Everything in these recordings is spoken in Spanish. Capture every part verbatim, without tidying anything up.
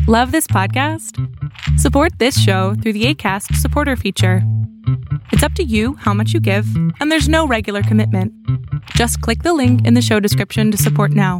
Love this podcast? Support this show through the Acast supporter feature. It's up to you how much you give, and there's no regular commitment. Just click the link in the show description to support now.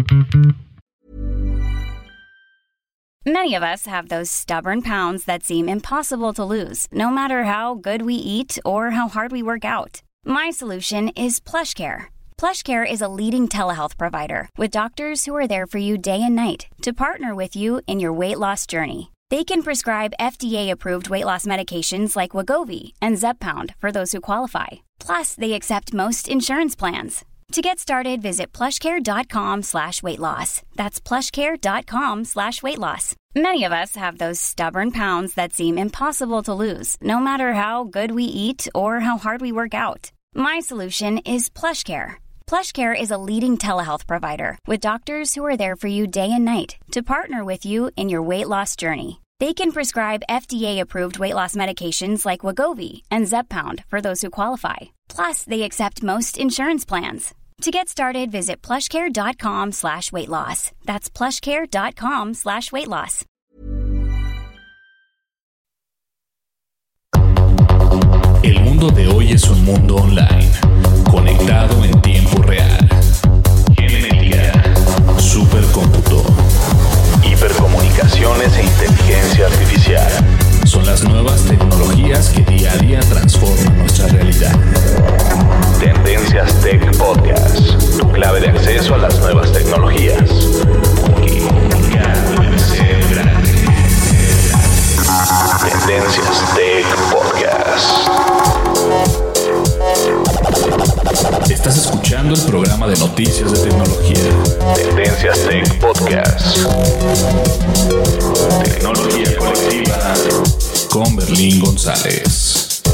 Many of us have those stubborn pounds that seem impossible to lose, no matter how good we eat or how hard we work out. My solution is PlushCare. PlushCare is a leading telehealth provider with doctors who are there for you day and night to partner with you in your weight loss journey. They can prescribe F D A-approved weight loss medications like Wegovy and Zepbound for those who qualify. Plus, they accept most insurance plans. To get started, visit plushcare.com slash weight loss. That's plushcare.com slash weight loss. Many of us have those stubborn pounds that seem impossible to lose, no matter how good we eat or how hard we work out. My solution is PlushCare. PlushCare is a leading telehealth provider with doctors who are there for you day and night to partner with you in your weight loss journey. They can prescribe F D A-approved weight loss medications like Wegovy and Zepbound for those who qualify. Plus, they accept most insurance plans. To get started, visit plushcare.com slash weight loss. That's plushcare.com slash weight loss. El mundo de hoy es un mundo online, conectado en tiempo real. Genética, supercómputo, hipercomunicaciones e inteligencia artificial son las nuevas tecnologías que día a día transforman nuestra realidad. Tendencias Tech Podcast, tu clave de acceso a las nuevas tecnologías. Porque cada debe ser grande. Tendencias Tech Podcast. Estás escuchando el programa de noticias de tecnología. Tendencias Tech Podcast. Tecnología colectiva con Berlín González.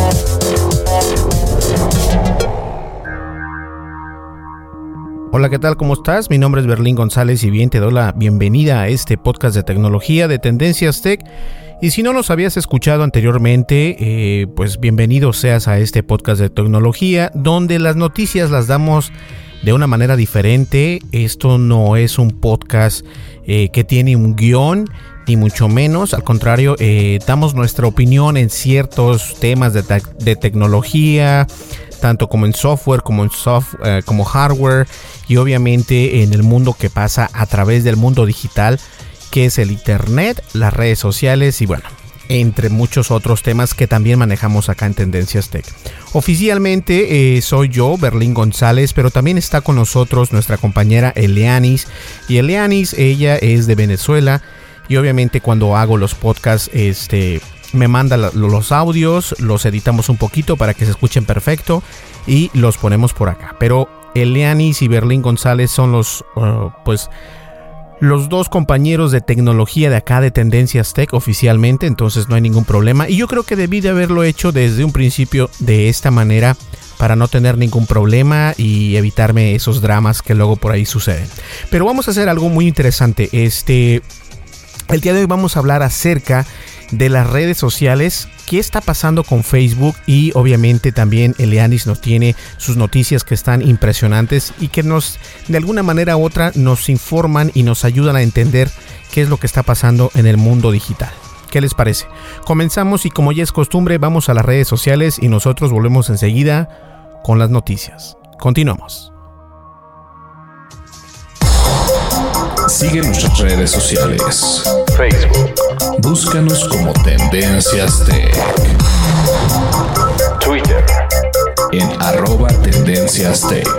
Hola, ¿qué tal? ¿Cómo estás? Mi nombre es Berlín González y bien te doy la bienvenida a este podcast de tecnología de Tendencias Tech. Y si no nos habías escuchado anteriormente, eh, pues bienvenido seas a este podcast de tecnología, donde las noticias las damos de una manera diferente. Esto no es un podcast eh, que tiene un guión, ni mucho menos. Al contrario, eh, damos nuestra opinión en ciertos temas de, te- de tecnología, tanto como en software, como en soft, eh, como hardware, y obviamente en el mundo que pasa a través del mundo digital, que es el internet, las redes sociales y bueno, entre muchos otros temas que también manejamos acá en Tendencias Tech. Oficialmente eh, soy yo, Berlín González, pero también está con nosotros nuestra compañera Eleanis. Y Eleanis, ella es de Venezuela y obviamente cuando hago los podcasts, este, me manda la, los audios, los editamos un poquito para que se escuchen perfecto y los ponemos por acá. Pero Eleanis y Berlín González son los, uh, pues... los dos compañeros de tecnología de acá de Tendencias Tech oficialmente, entonces no hay ningún problema. Y yo creo que debí de haberlo hecho desde un principio de esta manera para no tener ningún problema y evitarme esos dramas que luego por ahí suceden. Pero vamos a hacer algo muy interesante. Este, el día de hoy vamos a hablar acerca de las redes sociales, qué está pasando con Facebook y obviamente también Eleanis nos tiene sus noticias que están impresionantes y que nos de alguna manera u otra nos informan y nos ayudan a entender qué es lo que está pasando en el mundo digital. ¿Qué les parece? Comenzamos y como ya es costumbre vamos a las redes sociales y nosotros volvemos enseguida con las noticias. Continuamos. Sigue nuestras redes sociales. Facebook. Búscanos como Tendencias Tech. Twitter. En arroba Tendencias Tech.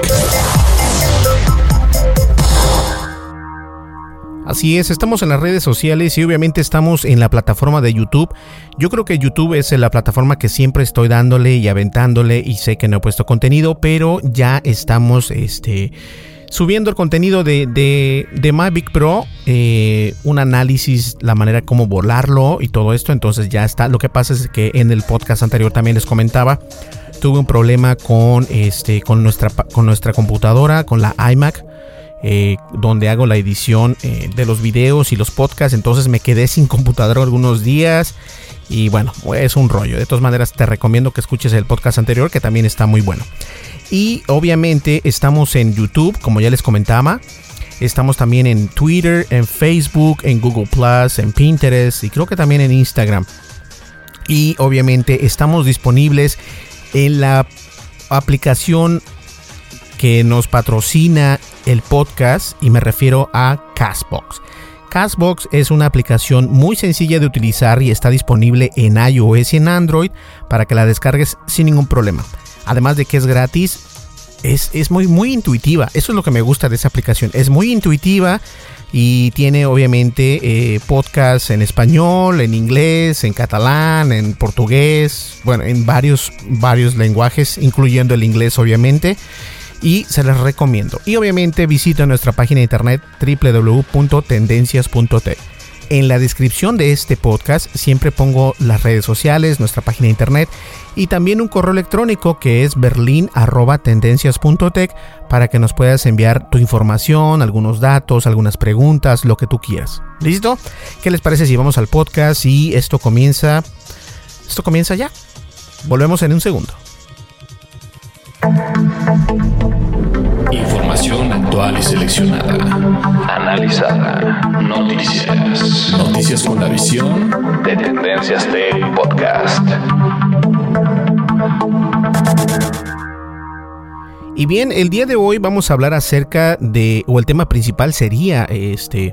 Así es, estamos en las redes sociales y obviamente estamos en la plataforma de YouTube. Yo creo que YouTube es la plataforma que siempre estoy dándole y aventándole y sé que no he puesto contenido, pero ya estamos este, subiendo el contenido de, de, de Mavic Pro, eh, un análisis, la manera como volarlo y todo esto, entonces ya está. Lo que pasa es que en el podcast anterior también les comentaba, tuve un problema con, este, con, nuestra, con nuestra computadora, con la iMac. Eh, donde hago la edición eh, de los videos y los podcasts, entonces me quedé sin computadora algunos días y bueno, es un rollo. De todas maneras te recomiendo que escuches el podcast anterior, que también está muy bueno. Y obviamente estamos en YouTube, como ya les comentaba. Estamos también en Twitter, en Facebook, en Google Plus, en Pinterest y creo que también en Instagram. Y obviamente estamos disponibles en la aplicación que nos patrocina el podcast y me refiero a Castbox. Castbox es una aplicación muy sencilla de utilizar y está disponible en iOS y en Android para que la descargues sin ningún problema. Además de que es gratis, es, es muy, muy intuitiva. Eso es lo que me gusta de esa aplicación. Es muy intuitiva y tiene obviamente eh, podcasts en español, en inglés, en catalán, en portugués, bueno, en varios, varios lenguajes, incluyendo el inglés obviamente. Y se les recomiendo. Y obviamente visita nuestra página de internet doble u doble u doble u punto tendencias punto tech. En la descripción de este podcast siempre pongo las redes sociales, nuestra página de internet y también un correo electrónico que es berlin arroba tendencias punto tech para que nos puedas enviar tu información, algunos datos, algunas preguntas, lo que tú quieras. ¿Listo? ¿Qué les parece si vamos al podcast y esto comienza? Esto comienza ya. Volvemos en un segundo. Información actual y seleccionada. Analizada. Noticias. Noticias con la visión de Tendencias Tech Podcast. Y bien, el día de hoy vamos a hablar acerca de, o el tema principal sería este,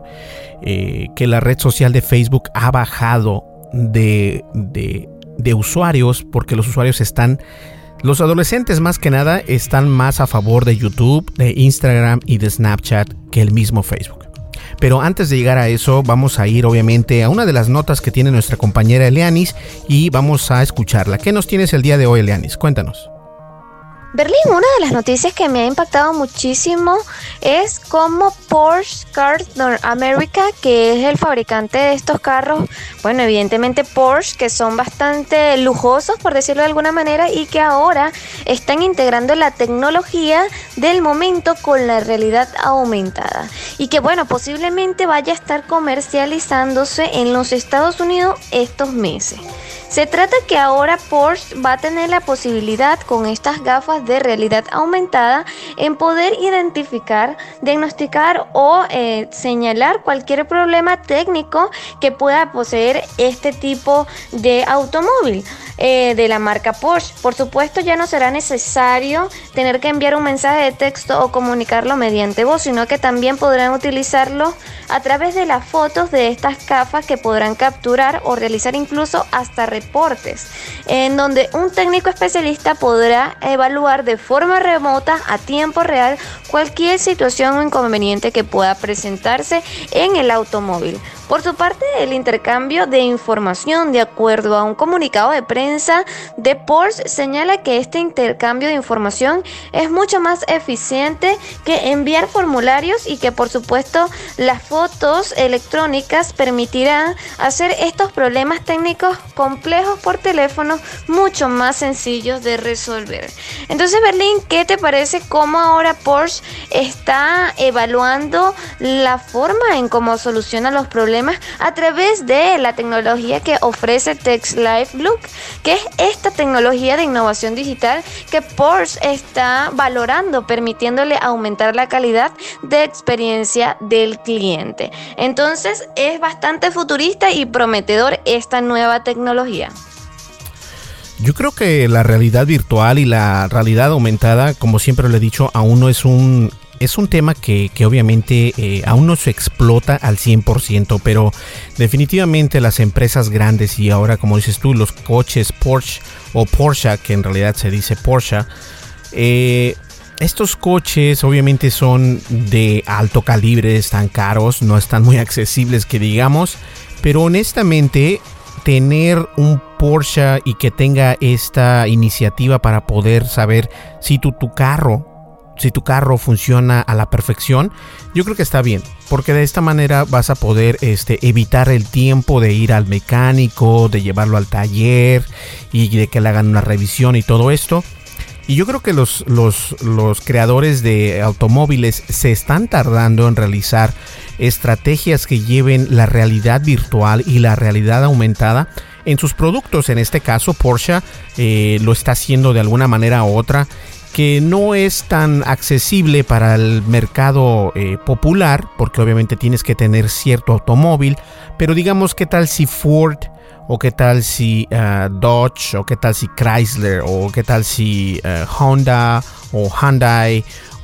eh, que la red social de Facebook ha bajado de, de, de usuarios porque los usuarios están... Los adolescentes más que nada están más a favor de YouTube, de Instagram y de Snapchat que el mismo Facebook. Pero antes de llegar a eso, vamos a ir obviamente a una de las notas que tiene nuestra compañera Elianis y vamos a escucharla. ¿Qué nos tienes el día de hoy, Elianis? Cuéntanos. Berlín, una de las noticias que me ha impactado muchísimo es cómo Porsche Cars North America, que es el fabricante de estos carros, bueno, evidentemente Porsche, que son bastante lujosos, por decirlo de alguna manera, y que ahora están integrando la tecnología del momento con la realidad aumentada. Y que, bueno, posiblemente vaya a estar comercializándose en los Estados Unidos estos meses. Se trata que ahora Porsche va a tener la posibilidad con estas gafas de realidad aumentada en poder identificar, diagnosticar o eh, señalar cualquier problema técnico que pueda poseer este tipo de automóvil eh, de la marca Porsche. Por supuesto, ya no será necesario tener que enviar un mensaje de texto o comunicarlo mediante voz, sino que también podrán utilizarlo a través de las fotos de estas gafas que podrán capturar o realizar incluso hasta reportes, en donde un técnico especialista podrá evaluar de forma remota a tiempo real cualquier situación o inconveniente que pueda presentarse en el automóvil. Por su parte, el intercambio de información, de acuerdo a un comunicado de prensa de Porsche, señala que este intercambio de información es mucho más eficiente que enviar formularios y que, por supuesto, las fotos electrónicas permitirán hacer estos problemas técnicos complejos por teléfono mucho más sencillos de resolver. Entonces, Berlín, ¿qué te parece cómo ahora Porsche está evaluando la forma en cómo soluciona los problemas a través de la tecnología que ofrece TextLive Look, que es esta tecnología de innovación digital que Porsche está valorando, permitiéndole aumentar la calidad de experiencia del cliente? Entonces, es bastante futurista y prometedor esta nueva tecnología. Yo creo que la realidad virtual y la realidad aumentada, como siempre lo he dicho, aún no es un... Es un tema que, que obviamente eh, aún no se explota al cien por ciento, pero definitivamente las empresas grandes y ahora, como dices tú, los coches Porsche o Porsche, que en realidad se dice Porsche, eh, estos coches obviamente son de alto calibre, están caros, no están muy accesibles que digamos, pero honestamente tener un Porsche y que tenga esta iniciativa para poder saber si tu, tu carro Si tu carro funciona a la perfección, yo creo que está bien, porque de esta manera vas a poder este, evitar el tiempo de ir al mecánico, de llevarlo al taller y de que le hagan una revisión y todo esto. Y yo creo que los, los, los creadores de automóviles se están tardando en realizar estrategias que lleven la realidad virtual y la realidad aumentada en sus productos. En este caso, Porsche eh, lo está haciendo de alguna manera u otra, que no es tan accesible para el mercado eh, popular, porque obviamente tienes que tener cierto automóvil, pero digamos, ¿qué tal si Ford, o qué tal si uh, Dodge, o qué tal si Chrysler, o qué tal si uh, Honda, o Hyundai,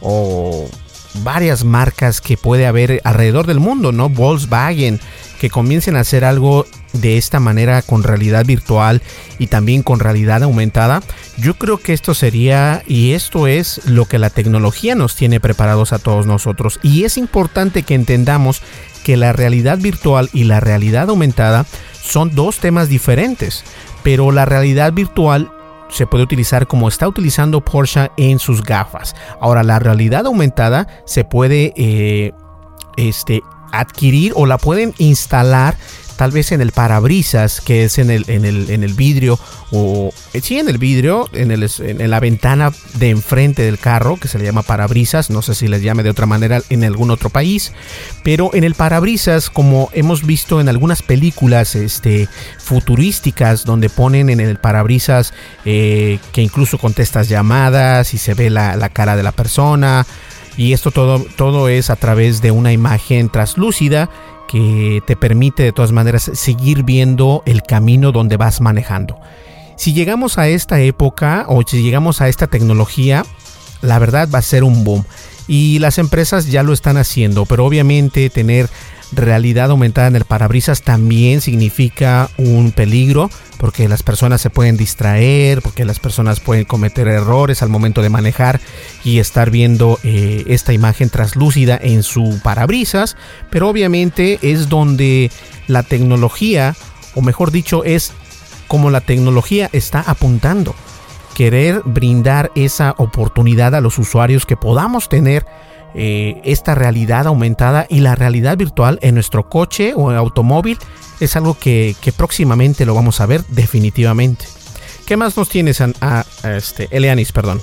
o varias marcas que puede haber alrededor del mundo, ¿no? Volkswagen, que comiencen a hacer algo de esta manera con realidad virtual y también con realidad aumentada? Yo creo que esto sería, y esto es lo que la tecnología nos tiene preparados a todos nosotros, y es importante que entendamos que la realidad virtual y la realidad aumentada son dos temas diferentes, pero la realidad virtual se puede utilizar como está utilizando Porsche en sus gafas. Ahora, la realidad aumentada se puede eh, este, adquirir o la pueden instalar tal vez en el parabrisas, que es en el, en el, en el vidrio, o sí, en el vidrio, en, el, en la ventana de enfrente del carro, que se le llama parabrisas. No sé si les llame de otra manera en algún otro país, pero en el parabrisas, como hemos visto en algunas películas este, futurísticas, donde ponen en el parabrisas eh, que incluso contestas llamadas y se ve la, la cara de la persona, y esto todo, todo es a través de una imagen translúcida que te permite de todas maneras seguir viendo el camino donde vas manejando. Si llegamos a esta época o si llegamos a esta tecnología, la verdad va a ser un boom. Y las empresas ya lo están haciendo, pero obviamente tener realidad aumentada en el parabrisas también significa un peligro, porque las personas se pueden distraer, porque las personas pueden cometer errores al momento de manejar y estar viendo eh, esta imagen translúcida en su parabrisas. Pero obviamente es donde la tecnología, o mejor dicho, es como la tecnología está apuntando, querer brindar esa oportunidad a los usuarios que podamos tener Eh, esta realidad aumentada y la realidad virtual en nuestro coche o automóvil. Es algo que, que próximamente lo vamos a ver definitivamente. ¿Qué más nos tienes, a, a, a este, Eleanis, perdón?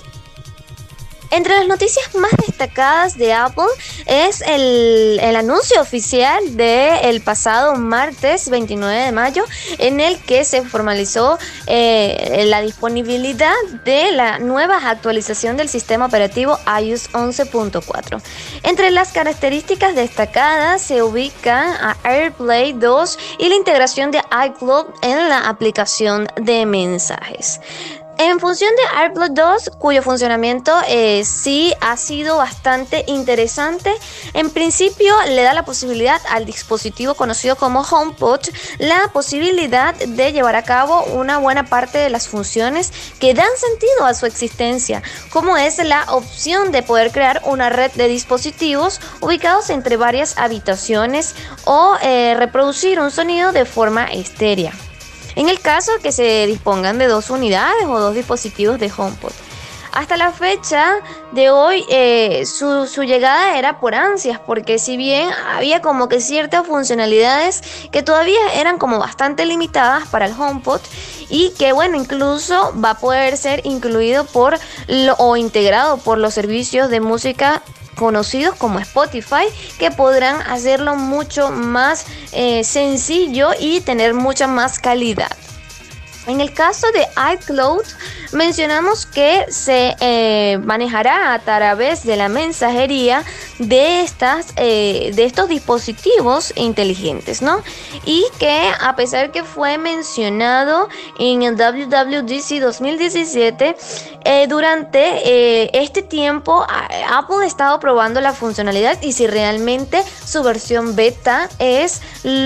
Entre las noticias más destacadas de Apple es el, el anuncio oficial del pasado martes veintinueve de mayo, en el que se formalizó eh, la disponibilidad de la nueva actualización del sistema operativo iOS once punto cuatro. Entre las características destacadas se ubican a AirPlay dos y la integración de iCloud en la aplicación de mensajes. En función de AirPlay dos, cuyo funcionamiento eh, sí ha sido bastante interesante, en principio le da la posibilidad al dispositivo conocido como HomePod la posibilidad de llevar a cabo una buena parte de las funciones que dan sentido a su existencia, como es la opción de poder crear una red de dispositivos ubicados entre varias habitaciones o eh, reproducir un sonido de forma estérea, en el caso que se dispongan de dos unidades o dos dispositivos de HomePod. Hasta la fecha de hoy, eh, su, su llegada era por ansias, porque si bien había como que ciertas funcionalidades que todavía eran como bastante limitadas para el HomePod, y que bueno, incluso va a poder ser incluido por lo, o integrado por los servicios de música conocidos como Spotify, que podrán hacerlo mucho más eh, sencillo y tener mucha más calidad. En el caso de iCloud, mencionamos que se eh, manejará a través de la mensajería de, estas, eh, de estos dispositivos inteligentes, ¿no? Y que a pesar que fue mencionado en el W W D C dos mil diecisiete, eh, durante eh, este tiempo Apple ha estado probando la funcionalidad y si realmente su versión beta es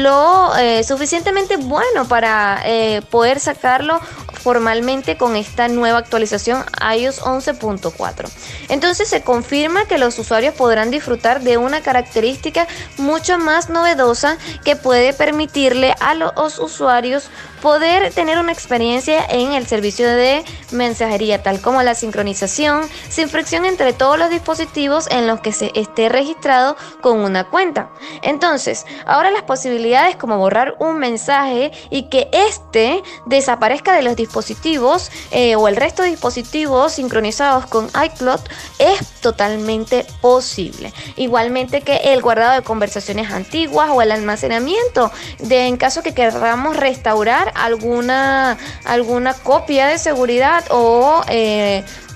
lo eh, suficientemente bueno para eh, poder sacar formalmente con esta nueva actualización iOS once punto cuatro. Entonces se confirma que los usuarios podrán disfrutar de una característica mucho más novedosa que puede permitirle a los usuarios poder tener una experiencia en el servicio de mensajería, tal como la sincronización sin fricción entre todos los dispositivos en los que se esté registrado con una cuenta. Entonces, ahora las posibilidades como borrar un mensaje y que éste desaparezca de los dispositivos eh, o el resto de dispositivos sincronizados con iCloud es totalmente posible. Igualmente que el guardado de conversaciones antiguas o el almacenamiento de en caso que queramos restaurar alguna, alguna copia de seguridad o eh,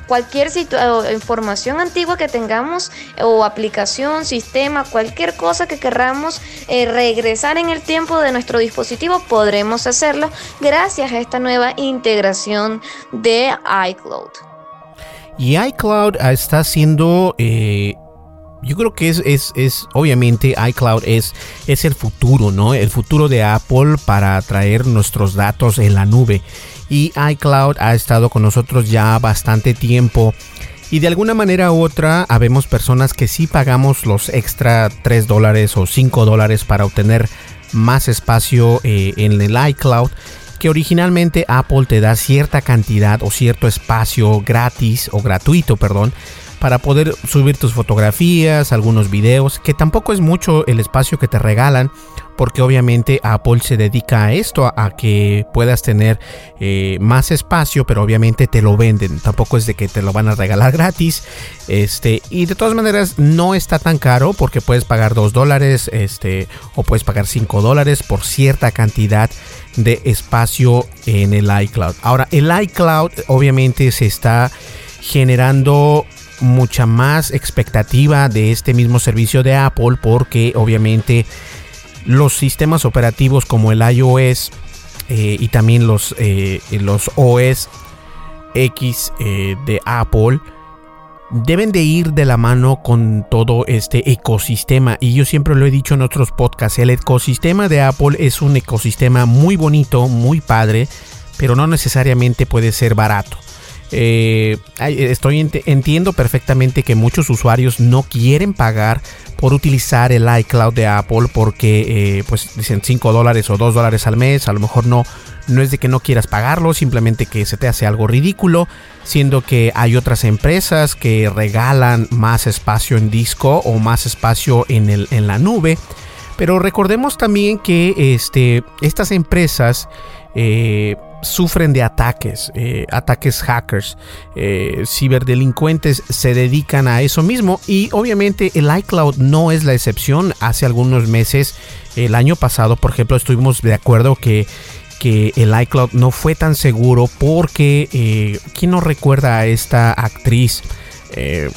cualquier situ- información antigua que tengamos o aplicación, sistema, cualquier cosa que queramos eh, regresar en el tiempo de nuestro dispositivo, podremos hacerlo gracias a esta nueva integración de iCloud. Y iCloud está haciendo... Eh Yo creo que es, es, es obviamente iCloud es, es el futuro, ¿no? El futuro de Apple para traer nuestros datos en la nube. Y iCloud ha estado con nosotros ya bastante tiempo. Y de alguna manera u otra, habemos personas que sí pagamos los extra tres dólares o cinco dólares para obtener más espacio eh, en el iCloud. Que originalmente Apple te da cierta cantidad o cierto espacio gratis o gratuito, perdón, para poder subir tus fotografías, algunos videos, que tampoco es mucho el espacio que te regalan, porque obviamente Apple se dedica a esto, a, a que puedas tener eh, más espacio, pero obviamente te lo venden, tampoco es de que te lo van a regalar gratis, este, y de todas maneras no está tan caro, porque puedes pagar dos dólares, este, o puedes pagar cinco dólares por cierta cantidad de espacio en el iCloud. Ahora, el iCloud obviamente se está generando mucha más expectativa de este mismo servicio de Apple, porque obviamente los sistemas operativos como el iOS eh, y también los, eh, los O S X eh, de Apple deben de ir de la mano con todo este ecosistema. Y yo siempre lo he dicho en otros podcasts, el ecosistema de Apple es un ecosistema muy bonito, muy padre, pero no necesariamente puede ser barato. Eh, estoy ent- entiendo perfectamente que muchos usuarios no quieren pagar por utilizar el iCloud de Apple, porque eh, pues dicen cinco dólares o dos dólares al mes. A lo mejor no, no es de que no quieras pagarlo, simplemente que se te hace algo ridículo, siendo que hay otras empresas que regalan más espacio en disco o más espacio en, el, en la nube. Pero recordemos también que este, estas empresas eh, sufren de ataques, eh, ataques hackers, eh, ciberdelincuentes se dedican a eso mismo, y obviamente el iCloud no es la excepción. Hace algunos meses, el año pasado, por ejemplo, estuvimos de acuerdo que, que el iCloud no fue tan seguro porque, eh, ¿quién no recuerda a esta actriz eh,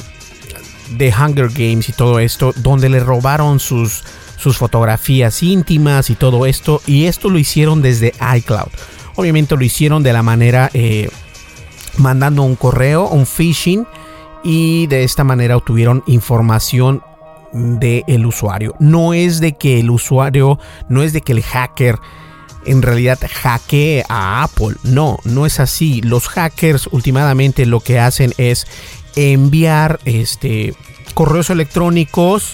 de Hunger Games y todo esto, donde le robaron sus, sus fotografías íntimas y todo esto? Y esto lo hicieron desde iCloud. Obviamente lo hicieron de la manera eh, mandando un correo, un phishing, y de esta manera obtuvieron información del usuario. No es de que el usuario, no es de que el hacker en realidad hackee a Apple. No, no es así. Los hackers últimamente lo que hacen es enviar este, correos electrónicos.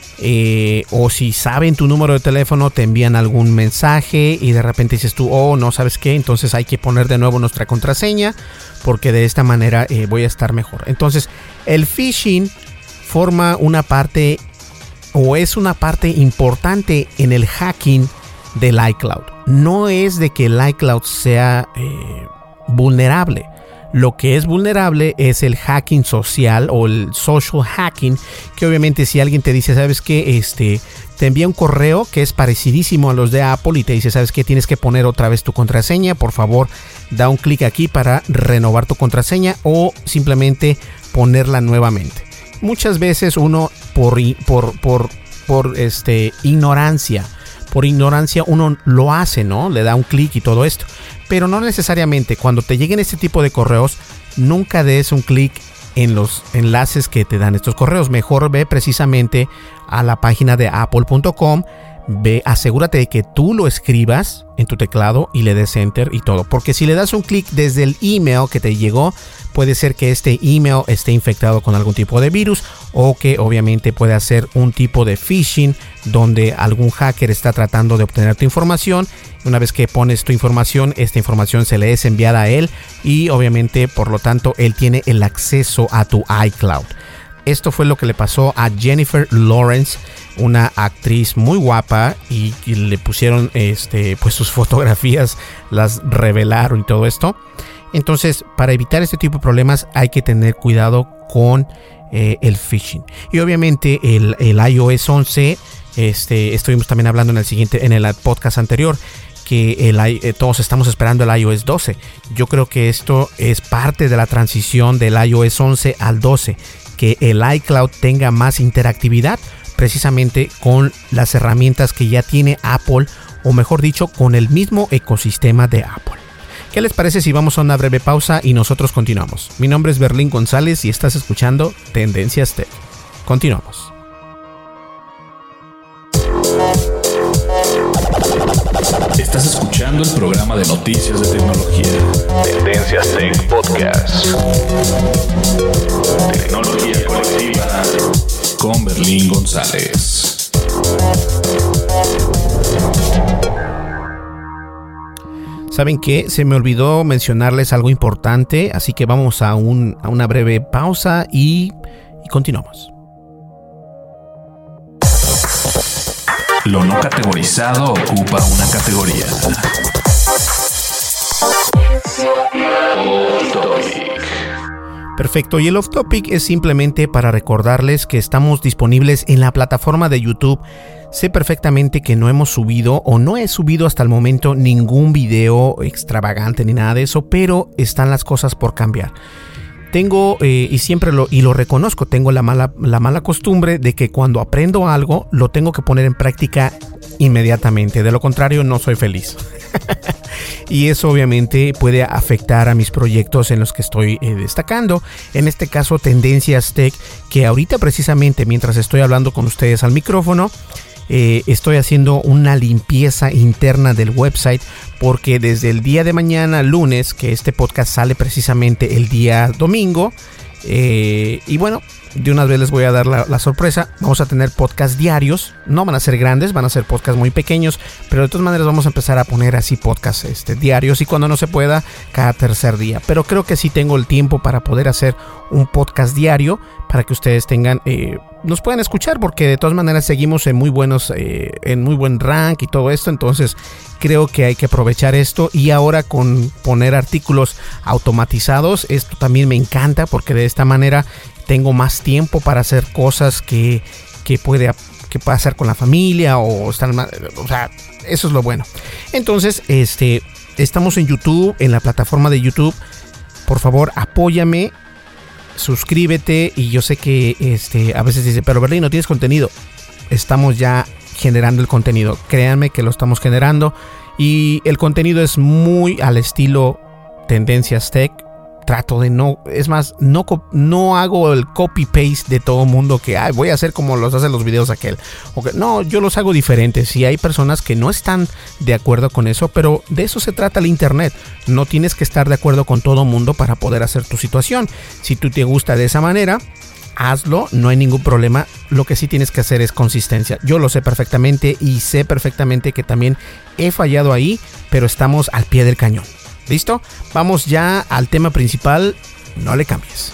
Eh, o si saben tu número de teléfono, te envían algún mensaje y de repente dices tú, oh, no, ¿sabes qué? Entonces hay que poner de nuevo nuestra contraseña, porque de esta manera eh, voy a estar mejor. Entonces el phishing forma una parte, o es una parte importante en el hacking del iCloud. No es de que el iCloud sea eh, vulnerable. Lo que es vulnerable es el hacking social o el social hacking, que obviamente si alguien te dice, ¿sabes qué? Este, te envía un correo que es parecidísimo a los de Apple y te dice, ¿sabes qué? Tienes que poner otra vez tu contraseña. Por favor, da un clic aquí para renovar tu contraseña o simplemente ponerla nuevamente. Muchas veces uno por, por, por, por este, ignorancia, por ignorancia uno lo hace, ¿no? Le da un clic y todo esto. Pero no necesariamente. Cuando te lleguen este tipo de correos, nunca des un clic en los enlaces que te dan estos correos. Mejor ve precisamente a la página de apple punto com. Ve, asegúrate de que tú lo escribas en tu teclado y le des enter y todo. Porque si le das un clic desde el email que te llegó, puede ser que este email esté infectado con algún tipo de virus, o que obviamente pueda ser un tipo de phishing donde algún hacker está tratando de obtener tu información. Una vez que pones tu información, esta información se le es enviada a él y obviamente por lo tanto él tiene el acceso a tu iCloud. Esto fue lo que le pasó a Jennifer Lawrence, una actriz muy guapa, y, y le pusieron este, pues sus fotografías, las revelaron y todo esto. Entonces, para evitar este tipo de problemas hay que tener cuidado con eh, el phishing. Y obviamente el, el iOS once, este, estuvimos también hablando en el siguiente, en el podcast anterior, que el, eh, todos estamos esperando el iOS doce. Yo creo que esto es parte de la transición del iOS once al doce, que el iCloud tenga más interactividad precisamente con las herramientas que ya tiene Apple, o mejor dicho, con el mismo ecosistema de Apple. ¿Qué les parece si vamos a una breve pausa y nosotros continuamos? Mi nombre es Berlín González y estás escuchando Tendencias Tech. Continuamos. Estás escuchando el programa de noticias de tecnología. Tendencias Tech Podcast. Tecnología colectiva con Berlín González. ¿Saben qué? Se me olvidó mencionarles algo importante, así que vamos a, un, a una breve pausa y, y continuamos. Lo no categorizado ocupa una categoría. Off Topic. Perfecto, y el Off Topic es simplemente para recordarles que estamos disponibles en la plataforma de YouTube. Sé perfectamente que no hemos subido o no he subido hasta el momento ningún video extravagante ni nada de eso, pero están las cosas por cambiar. Tengo, eh, y siempre lo, y lo reconozco, tengo la mala, la mala costumbre de que cuando aprendo algo, lo tengo que poner en práctica inmediatamente. De lo contrario, no soy feliz. Y eso obviamente puede afectar a mis proyectos en los que estoy eh, destacando. En este caso, Tendencias Tech, que ahorita precisamente mientras estoy hablando con ustedes al micrófono, Eh, estoy haciendo una limpieza interna del website, porque desde el día de mañana, lunes, que este podcast sale precisamente el día domingo, eh, y bueno, de una vez les voy a dar la, la sorpresa. Vamos a tener podcasts diarios. No van a ser grandes, van a ser podcasts muy pequeños, pero de todas maneras vamos a empezar a poner así podcasts este, diarios, y cuando no se pueda, cada tercer día. Pero creo que sí tengo el tiempo para poder hacer un podcast diario, para que ustedes tengan, eh, nos puedan escuchar, porque de todas maneras seguimos en muy buenos, eh, en muy buen rank y todo esto. Entonces creo que hay que aprovechar esto, y ahora con poner artículos automatizados, esto también me encanta, porque de esta manera tengo más tiempo para hacer cosas que, que puede que pueda hacer con la familia, o estar más, o sea, eso es lo bueno. Entonces, este, estamos en YouTube, en la plataforma de YouTube. Por favor, apóyame, suscríbete. Y yo sé que este, a veces dice, pero Berlín, no tienes contenido. Estamos ya generando el contenido. Créanme que lo estamos generando, y el contenido es muy al estilo Tendencias Tech. Trato de no, es más, no, no hago el copy-paste de todo mundo, que ay, voy a hacer como los hacen los videos aquel. Okay, no, yo los hago diferentes, y hay personas que no están de acuerdo con eso, pero de eso se trata el internet. No tienes que estar de acuerdo con todo mundo para poder hacer tu situación. Si tú te gusta de esa manera, hazlo, no hay ningún problema. Lo que sí tienes que hacer es consistencia. Yo lo sé perfectamente, y sé perfectamente que también he fallado ahí, pero estamos al pie del cañón. ¿Listo? Vamos ya al tema principal. No le cambies.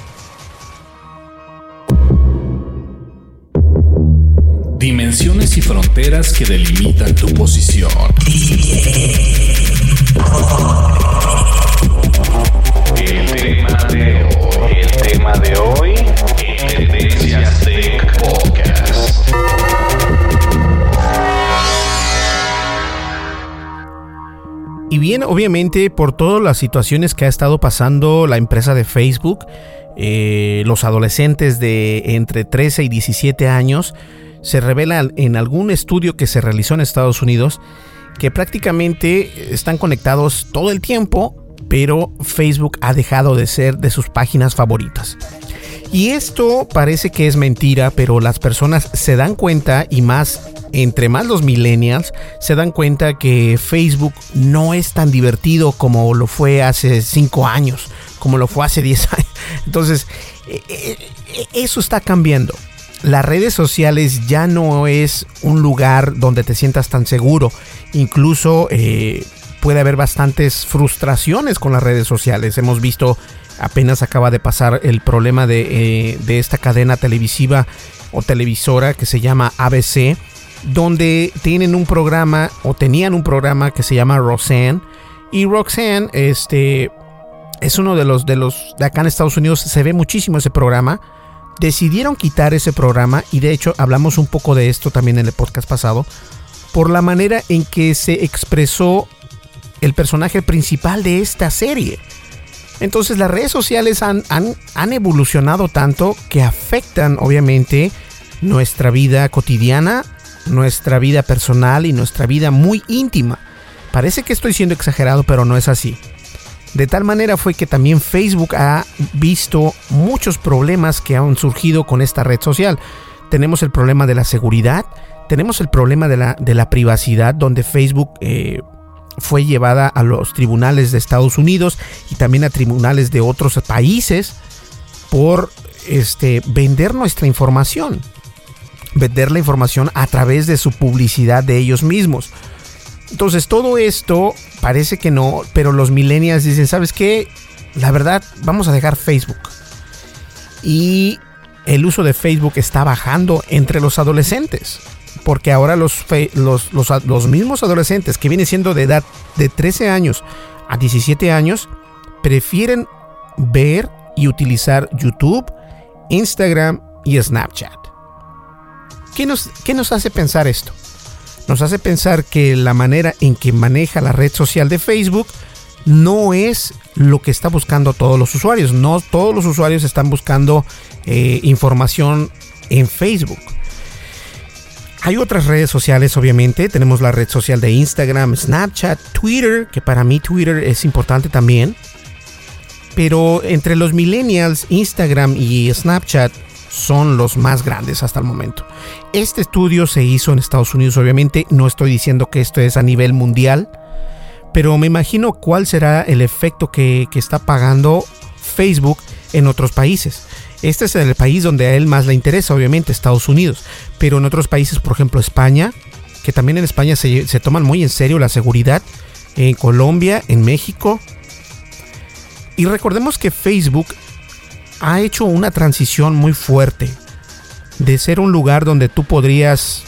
Dimensiones y fronteras que delimitan tu posición. El tema de hoy. El tema de hoy. Tendencias Tech Podcast. Y bien, obviamente, por todas las situaciones que ha estado pasando la empresa de Facebook, eh, los adolescentes de entre trece y diecisiete años, se revela en algún estudio que se realizó en Estados Unidos que prácticamente están conectados todo el tiempo, pero Facebook ha dejado de ser de sus páginas favoritas. Y esto parece que es mentira, pero las personas se dan cuenta, y más entre más los millennials se dan cuenta, que Facebook no es tan divertido como lo fue hace cinco años, como lo fue hace diez años. Entonces, eso está cambiando. Las redes sociales ya no es un lugar donde te sientas tan seguro. Incluso eh, puede haber bastantes frustraciones con las redes sociales. Hemos visto, apenas acaba de pasar el problema de, eh, de esta cadena televisiva o televisora que se llama A B C, donde tienen un programa, o tenían un programa que se llama Roseanne. Y Roseanne este, es uno de los, de los de acá en Estados Unidos. Se ve muchísimo ese programa. Decidieron quitar ese programa, y de hecho hablamos un poco de esto también en el podcast pasado, por la manera en que se expresó el personaje principal de esta serie. Entonces las redes sociales han, han, han evolucionado tanto que afectan obviamente nuestra vida cotidiana, nuestra vida personal y nuestra vida muy íntima. Parece que estoy siendo exagerado, pero no es así. De tal manera fue que también Facebook ha visto muchos problemas que han surgido con esta red social. Tenemos el problema de la seguridad, tenemos el problema de la, de la privacidad, donde Facebook eh, fue llevada a los tribunales de Estados Unidos y también a tribunales de otros países por este, vender nuestra información, vender la información a través de su publicidad de ellos mismos. Entonces todo esto parece que no, pero los millennials dicen, ¿sabes qué? La verdad, vamos a dejar Facebook. Y el uso de Facebook está bajando entre los adolescentes, porque ahora los, fe, los, los, los mismos adolescentes que vienen siendo de edad de trece años a diecisiete años prefieren ver y utilizar YouTube, Instagram y Snapchat. ¿Qué nos, qué nos hace pensar esto? Nos hace pensar que la manera en que maneja la red social de Facebook no es lo que está buscando todos los usuarios. No todos los usuarios están buscando eh, información en Facebook. Hay otras redes sociales, obviamente. Tenemos la red social de Instagram, Snapchat, Twitter, que para mí Twitter es importante también. Pero entre los millennials, Instagram y Snapchat son los más grandes hasta el momento. Este estudio se hizo en Estados Unidos, obviamente. No estoy diciendo que esto es a nivel mundial, pero me imagino cuál será el efecto que, que está pagando Facebook en otros países. Este es el país donde a él más le interesa, obviamente, Estados Unidos. Pero en otros países, por ejemplo, España, que también en España se, se toman muy en serio la seguridad. En Colombia, en México. Y recordemos que Facebook ha hecho una transición muy fuerte de ser un lugar donde tú podrías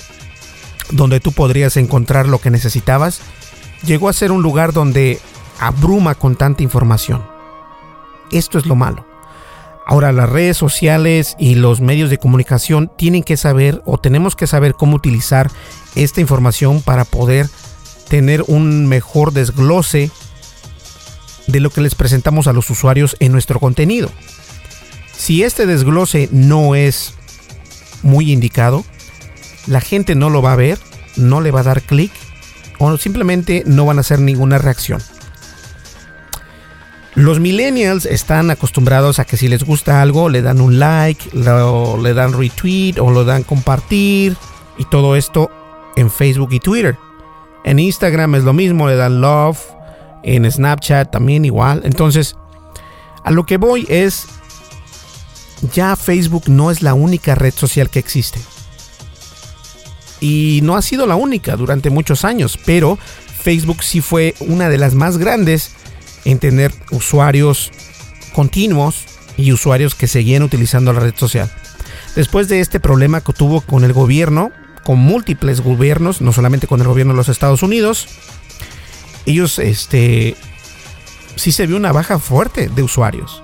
donde tú podrías encontrar lo que necesitabas, llegó a ser un lugar donde abruma con tanta información. Esto es lo malo. Ahora las redes sociales y los medios de comunicación tienen que saber, o tenemos que saber cómo utilizar esta información para poder tener un mejor desglose de lo que les presentamos a los usuarios en nuestro contenido. Si este desglose no es muy indicado, la gente no lo va a ver, no le va a dar clic o simplemente no van a hacer ninguna reacción. Los millennials están acostumbrados a que si les gusta algo le dan un like, lo, le dan retweet o lo dan compartir, y todo esto en Facebook y Twitter. En Instagram es lo mismo, le dan love, en Snapchat también igual. Entonces, a lo que voy es, ya Facebook no es la única red social que existe. Y no ha sido la única durante muchos años, pero Facebook sí fue una de las más grandes en tener usuarios continuos y usuarios que seguían utilizando la red social. Después de este problema que tuvo con el gobierno, con múltiples gobiernos, no solamente con el gobierno de los Estados Unidos, ellos, este, sí se vio una baja fuerte de usuarios.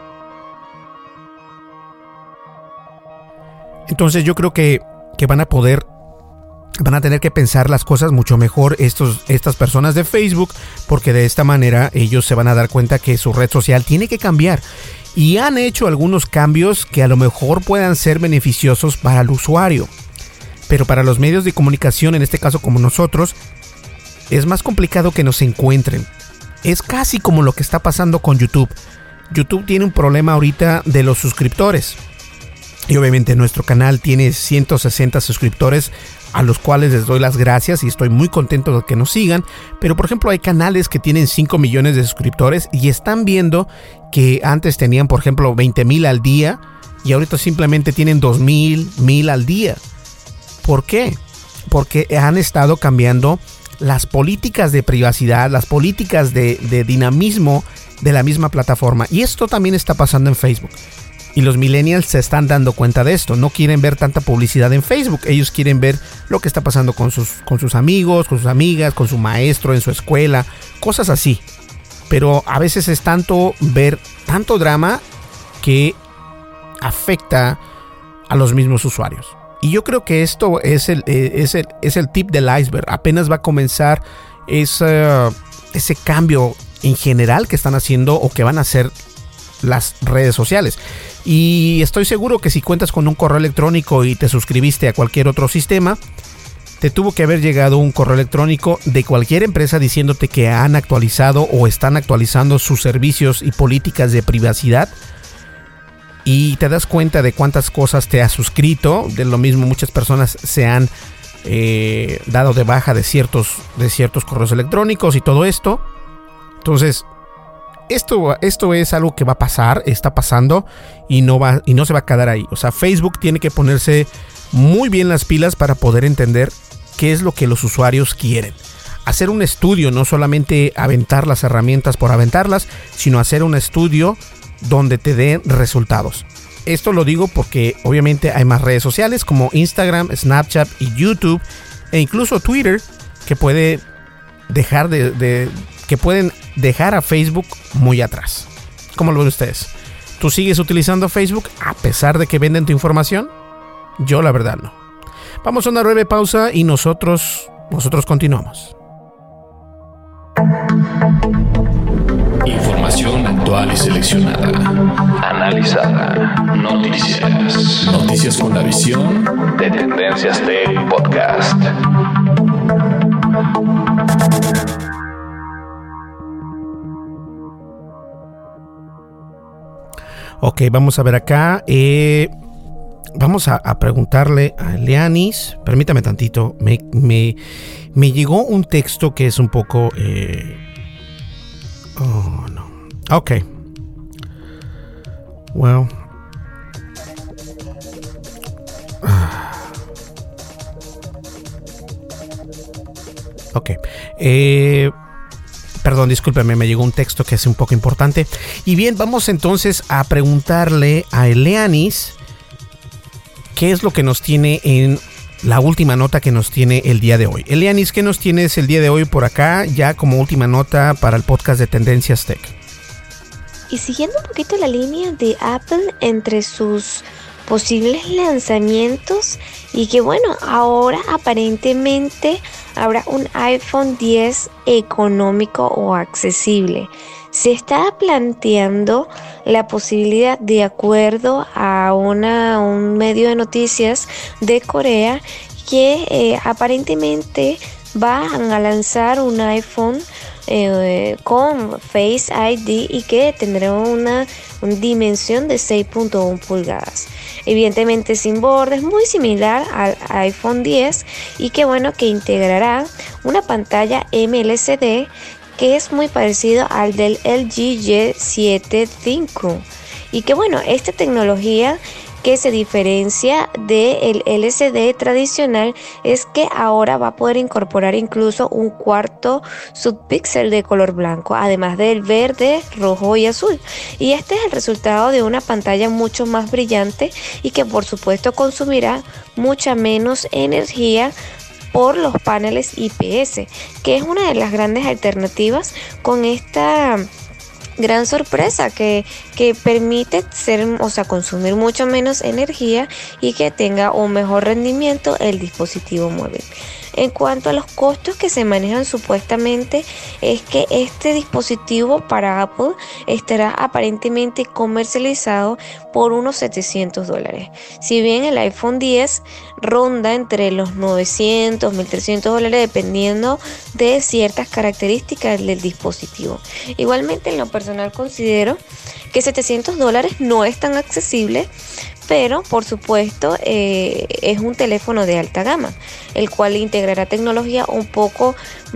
Entonces yo creo que, que van a poder, van a tener que pensar las cosas mucho mejor estos, estas personas de Facebook, porque de esta manera ellos se van a dar cuenta que su red social tiene que cambiar. Y han hecho algunos cambios que a lo mejor puedan ser beneficiosos para el usuario. Pero para los medios de comunicación, en este caso como nosotros, es más complicado que nos encuentren. Es casi como lo que está pasando con YouTube. YouTube tiene un problema ahorita de los suscriptores. Y obviamente nuestro canal tiene ciento sesenta suscriptores, a los cuales les doy las gracias y estoy muy contento de que nos sigan. Pero por ejemplo hay canales que tienen cinco millones de suscriptores y están viendo que antes tenían por ejemplo veinte mil al día y ahorita simplemente tienen dos mil, mil al día. ¿Por qué? Porque han estado cambiando las políticas de privacidad, las políticas de, de dinamismo de la misma plataforma. Y esto también está pasando en Facebook. Y los millennials se están dando cuenta de esto. No quieren ver tanta publicidad en Facebook. Ellos quieren ver lo que está pasando con sus, con sus amigos, con sus amigas, con su maestro en su escuela. Cosas así. Pero a veces es tanto ver tanto drama que afecta a los mismos usuarios. Y yo creo que esto es el, es el, es el tip del iceberg. Apenas va a comenzar. Es, uh, ese cambio en general que están haciendo o que van a hacer las redes sociales. Y estoy seguro que si cuentas con un correo electrónico y te suscribiste a cualquier otro sistema, te tuvo que haber llegado un correo electrónico de cualquier empresa diciéndote que han actualizado o están actualizando sus servicios y políticas de privacidad, y te das cuenta de cuántas cosas te has suscrito. De lo mismo, muchas personas se han eh, dado de baja de ciertos, de ciertos correos electrónicos y todo esto. Entonces, esto, esto es algo que va a pasar, está pasando y no va, y no se va a quedar ahí. O sea, Facebook tiene que ponerse muy bien las pilas para poder entender qué es lo que los usuarios quieren. Hacer un estudio, no solamente aventar las herramientas por aventarlas, sino hacer un estudio donde te den resultados. Esto lo digo porque obviamente hay más redes sociales como Instagram, Snapchat y YouTube, e incluso Twitter, que puede dejar de, de que pueden dejar a Facebook muy atrás. ¿Cómo lo ven ustedes? ¿Tú sigues utilizando Facebook a pesar de que venden tu información? Yo la verdad no. Vamos a una breve pausa y nosotros, nosotros continuamos. Información actual y seleccionada. Analizada. Noticias. Noticias con la visión de Tendencias Tech Podcast. Ok, vamos a ver acá. Eh, vamos a, a preguntarle a Leanis. Permítame tantito. Me, me, me llegó un texto que es un poco... Eh, oh, no. Ok. Well. Ok. Eh... Perdón, discúlpeme, me llegó un texto que es un poco importante. Y bien, vamos entonces a preguntarle a Eleanis qué es lo que nos tiene en la última nota que nos tiene el día de hoy. Eleanis, ¿qué nos tienes el día de hoy por acá, ya como última nota para el podcast de Tendencias Tech? Y siguiendo un poquito la línea de Apple entre sus posibles lanzamientos, y que bueno, ahora aparentemente habrá un iPhone diez económico o accesible. Se está planteando la posibilidad, de acuerdo a una, un medio de noticias de Corea, que eh, aparentemente van a lanzar un iPhone eh, con Face I D y que tendrá una, una dimensión de seis punto uno pulgadas. Evidentemente sin bordes, muy similar al iPhone diez, y que bueno, que integrará una pantalla M L C D que es muy parecido al del L G G siete cinco, y que bueno, esta tecnología que se diferencia del L C D tradicional es que ahora va a poder incorporar incluso un cuarto subpíxel de color blanco, además del verde, rojo y azul. Y este es el resultado de una pantalla mucho más brillante y que por supuesto consumirá mucha menos energía por los paneles I P S, que es una de las grandes alternativas con esta gran sorpresa que, que permite ser, o sea, consumir mucho menos energía y que tenga un mejor rendimiento el dispositivo móvil. En cuanto a los costos que se manejan supuestamente, es que este dispositivo para Apple estará aparentemente comercializado por unos setecientos dólares. Si bien el iPhone diez ronda entre los novecientos, mil trescientos dólares dependiendo de ciertas características del dispositivo. Igualmente, en lo personal considero que setecientos dólares no es tan accesible, pero por supuesto eh, es un teléfono de alta gama, el cual integrará tecnología un poco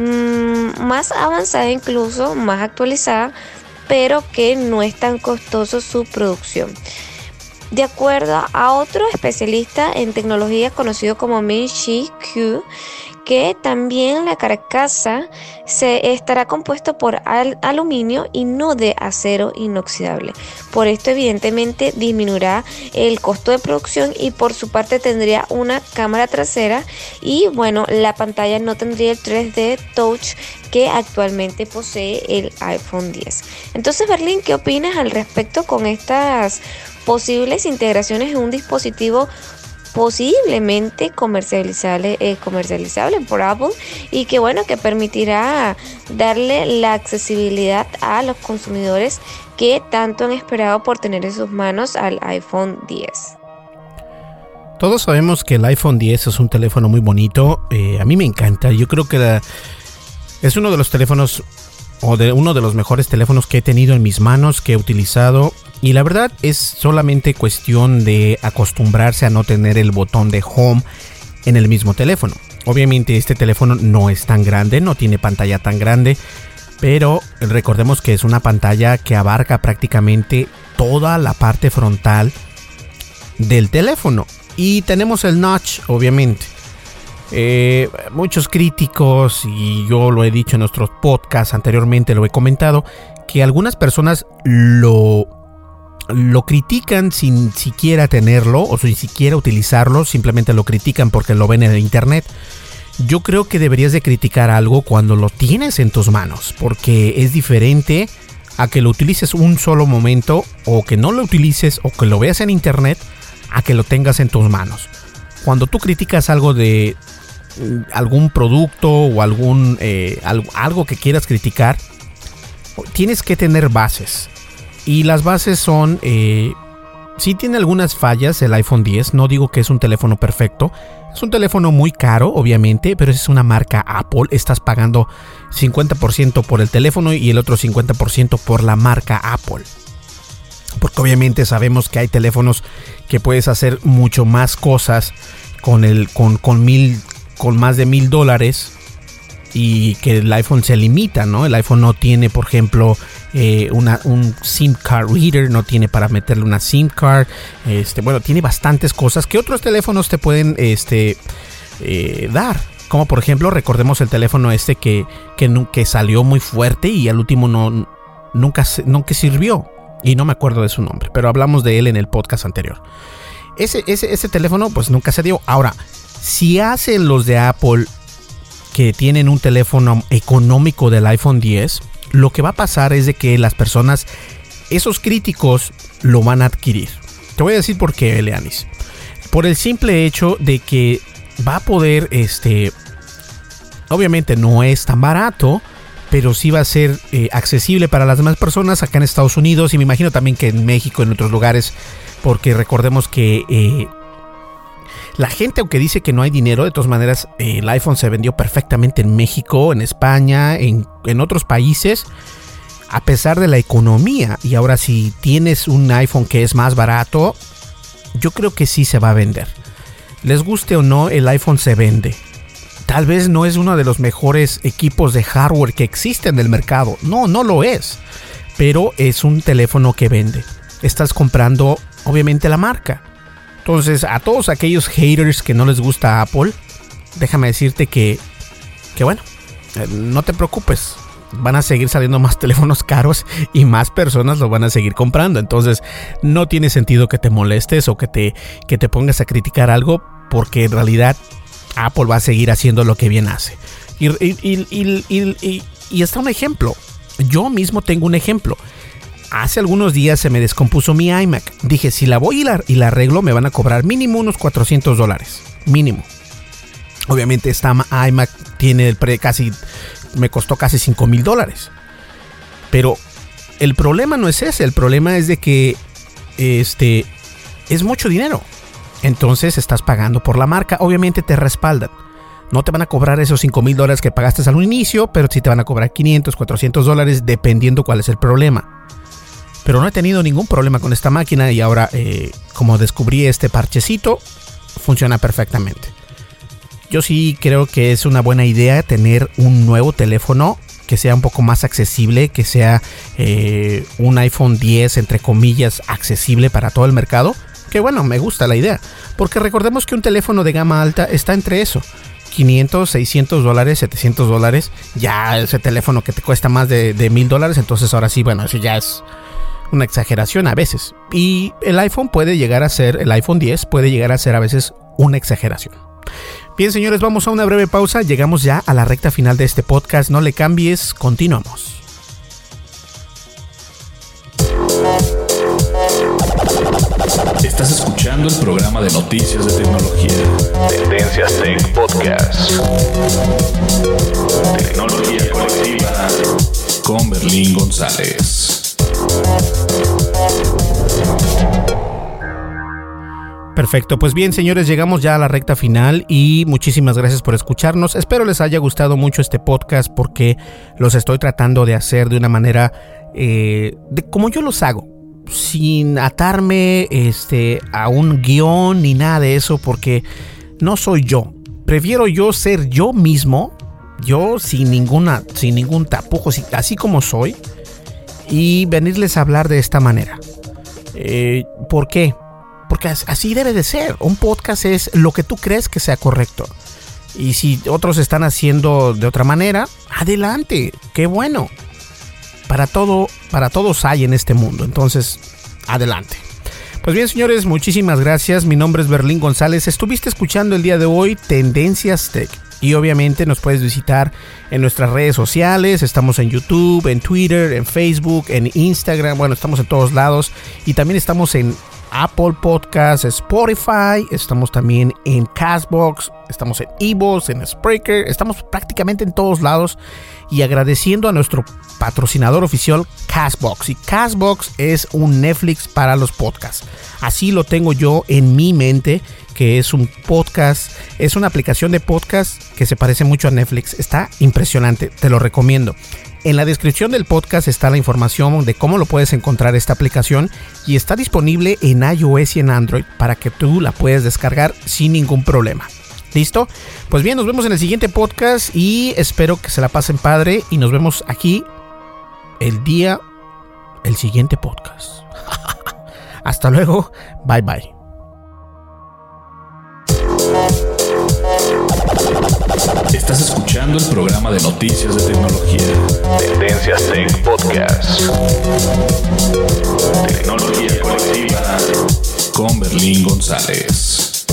mmm, más avanzada, incluso más actualizada, pero que no es tan costoso su producción. De acuerdo a otro especialista en tecnología conocido como Min-Chi Kuo, que también la carcasa se estará compuesto por al- aluminio y no de acero inoxidable. Por esto evidentemente disminuirá el costo de producción y por su parte tendría una cámara trasera y bueno, la pantalla no tendría el tres D Touch que actualmente posee el iPhone diez. Entonces, Berlín, ¿qué opinas al respecto con estas posibles integraciones en un dispositivo posiblemente comercializable, eh, comercializable por Apple, y que bueno, que permitirá darle la accesibilidad a los consumidores que tanto han esperado por tener en sus manos al iPhone diez. Todos sabemos que el iPhone diez es un teléfono muy bonito. Eh, a mí me encanta. Yo creo que la, es uno de los teléfonos o de uno de los mejores teléfonos que he tenido en mis manos, que he utilizado. Y la verdad es solamente cuestión de acostumbrarse a no tener el botón de home en el mismo teléfono. Obviamente este teléfono no es tan grande, no tiene pantalla tan grande, pero recordemos que es una pantalla que abarca prácticamente toda la parte frontal del teléfono. Y tenemos el notch, obviamente. Eh, muchos críticos, y yo lo he dicho en nuestros podcasts anteriormente, lo he comentado, que algunas personas lo, lo critican sin siquiera tenerlo o sin siquiera utilizarlo, simplemente lo critican porque lo ven en el internet. Yo creo que deberías de criticar algo cuando lo tienes en tus manos, porque es diferente a que lo utilices un solo momento, o que no lo utilices, o que lo veas en internet, a que lo tengas en tus manos. Cuando tú criticas algo de algún producto o algún eh, algo, algo que quieras criticar, tienes que tener bases, y las bases son eh, sí tiene algunas fallas el iPhone diez. No digo que es un teléfono perfecto, es un teléfono muy caro obviamente, pero es una marca Apple. Estás pagando cincuenta por ciento por el teléfono y el otro cincuenta por ciento por la marca Apple, porque obviamente sabemos que hay teléfonos que puedes hacer mucho más cosas con el con, con mil con más de mil dólares, y que el iPhone se limita, ¿no? El iPhone no tiene, por ejemplo, eh, una, un SIM card reader, no tiene para meterle una SIM card. Este, bueno, tiene bastantes cosas que otros teléfonos te pueden este, eh, dar. Como por ejemplo, recordemos el teléfono este que, que, que salió muy fuerte y al último no, nunca, nunca sirvió. Y no me acuerdo de su nombre, pero hablamos de él en el podcast anterior. Ese, ese, ese teléfono pues nunca se dio. Ahora, si hacen los de Apple que tienen un teléfono económico del iPhone diez, lo que va a pasar es de que las personas, esos críticos, lo van a adquirir. Te voy a decir por qué, Eleanis. Por el simple hecho de que va a poder, este, obviamente no es tan barato, pero sí va a ser eh, accesible para las demás personas acá en Estados Unidos, y me imagino también que en México, en otros lugares, porque recordemos que eh, la gente, aunque dice que no hay dinero, de todas maneras eh, el iPhone se vendió perfectamente en México, en España, en, en otros países, a pesar de la economía. Y ahora si tienes un iPhone que es más barato, yo creo que sí se va a vender. Les guste o no, el iPhone se vende. Tal vez no es uno de los mejores equipos de hardware que existen en el mercado. No, no lo es. Pero es un teléfono que vende. Estás comprando, obviamente, la marca. Entonces, a todos aquellos haters que no les gusta Apple, déjame decirte que, que bueno, no te preocupes. Van a seguir saliendo más teléfonos caros y más personas lo van a seguir comprando. Entonces, no tiene sentido que te molestes o que te, que te pongas a criticar algo, porque en realidad Apple va a seguir haciendo lo que bien hace. Y, y, y, y, y, y, y está un ejemplo. Yo mismo tengo un ejemplo. Hace algunos días se me descompuso mi iMac. Dije, si la voy y la, y la arreglo, me van a cobrar mínimo unos cuatrocientos dólares. Mínimo. Obviamente esta iMac tiene el pre casi... me costó casi cinco mil dólares. Pero el problema no es ese. El problema es de que este es mucho dinero. Entonces estás pagando por la marca. Obviamente te respaldan. No te van a cobrar esos cinco mil dólares que pagaste al inicio, pero sí te van a cobrar quinientos, cuatrocientos dólares, dependiendo cuál es el problema. Pero no he tenido ningún problema con esta máquina, y ahora eh, como descubrí este parchecito, funciona perfectamente. Yo sí creo que es una buena idea tener un nuevo teléfono que sea un poco más accesible, que sea eh, un iPhone diez, entre comillas, accesible para todo el mercado. Que bueno, me gusta la idea, porque recordemos que un teléfono de gama alta está entre eso, quinientos, seiscientos dólares, setecientos dólares. Ya ese teléfono que te cuesta más de mil dólares, entonces ahora sí, bueno, eso ya es una exageración a veces. Y el iPhone puede llegar a ser, el iPhone diez puede llegar a ser a veces una exageración. Bien, señores, vamos a una breve pausa. Llegamos ya a la recta final de este podcast. No le cambies, continuamos. Estás escuchando el programa de noticias de tecnología. Tendencias Tech Podcast. Tecnología colectiva con Berlín González. Perfecto, pues bien señores, llegamos ya a la recta final y muchísimas gracias por escucharnos. Espero les haya gustado mucho este podcast porque los estoy tratando de hacer de una manera eh, de como yo los hago, sin atarme este, a un guión ni nada de eso, porque no soy yo. Prefiero yo ser yo mismo, yo sin ninguna, sin ningún tapujo, así como soy, y venirles a hablar de esta manera. Eh, ¿Por qué? Porque así debe de ser. Un podcast es lo que tú crees que sea correcto. Y si otros están haciendo de otra manera, adelante, qué bueno. Para todo, para todos hay en este mundo. Entonces, adelante. Pues bien, señores, muchísimas gracias. Mi nombre es Berlín González. Estuviste escuchando el día de hoy Tendencias Tech. Y obviamente nos puedes visitar en nuestras redes sociales. Estamos en YouTube, en Twitter, en Facebook, en Instagram. Bueno, estamos en todos lados. Y también estamos en Apple Podcasts, Spotify, estamos también en Castbox, estamos en iVoox, en Spreaker, estamos prácticamente en todos lados, y agradeciendo a nuestro patrocinador oficial Castbox. Y Castbox es un Netflix para los podcasts. Así lo tengo yo en mi mente, que es un podcast, es una aplicación de podcast que se parece mucho a Netflix. Está impresionante, te lo recomiendo. En la descripción del podcast está la información de cómo lo puedes encontrar esta aplicación, y está disponible en iOS y en Android para que tú la puedas descargar sin ningún problema. ¿Listo? Pues bien, nos vemos en el siguiente podcast y espero que se la pasen padre, y nos vemos aquí el día, el siguiente podcast. Hasta luego, bye bye. Estás escuchando el programa de noticias de tecnología. Tendencias Tech Podcast. Tecnología colectiva con Berlín González.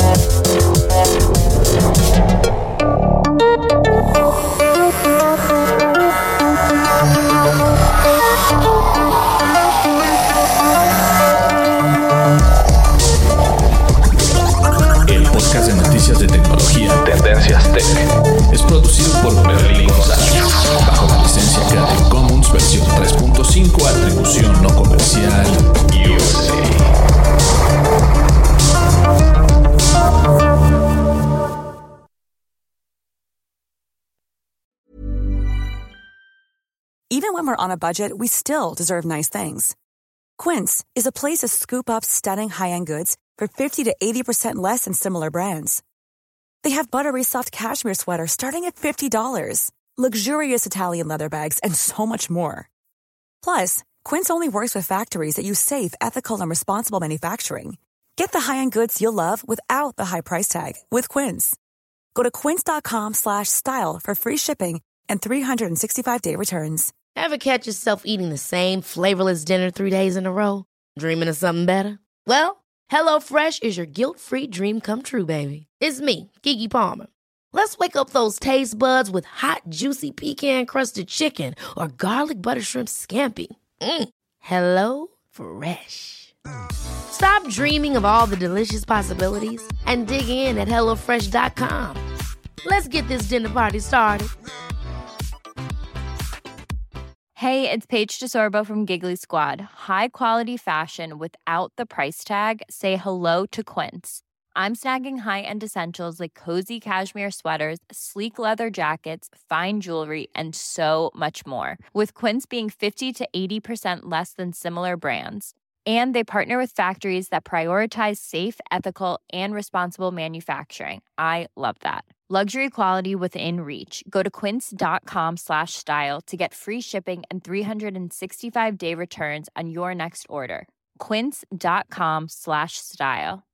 El podcast de noticias de tecnología Tendencias Tech es producido por Berlín González bajo la licencia Creative Commons versión tres punto cinco, atribución no comercial U S A. Even when we're on a budget, we still deserve nice things. Quince is a place to scoop up stunning high-end goods for fifty to eighty percent less than similar brands. They have buttery soft cashmere sweaters starting at fifty dollars, luxurious Italian leather bags, and so much more. Plus, Quince only works with factories that use safe, ethical, and responsible manufacturing. Get the high-end goods you'll love without the high price tag with Quince. Go to quince.com slash style for free shipping and three sixty-five day returns. Ever catch yourself eating the same flavorless dinner three days in a row? Dreaming of something better? Well, HelloFresh is your guilt-free dream come true, baby. It's me, Keke Palmer. Let's wake up those taste buds with hot, juicy pecan-crusted chicken or garlic butter shrimp scampi. Mm. Hello Fresh. Stop dreaming of all the delicious possibilities and dig in at hello fresh dot com. Let's get this dinner party started. Hey, it's Paige DeSorbo from Giggly Squad. High quality fashion without the price tag. Say hello to Quince. I'm snagging high-end essentials like cozy cashmere sweaters, sleek leather jackets, fine jewelry, and so much more. With Quince being fifty to eighty percent less than similar brands. And they partner with factories that prioritize safe, ethical, and responsible manufacturing. I love that. Luxury quality within reach. Go to quince.com slash style to get free shipping and three sixty-five day returns on your next order. Quince.com slash style.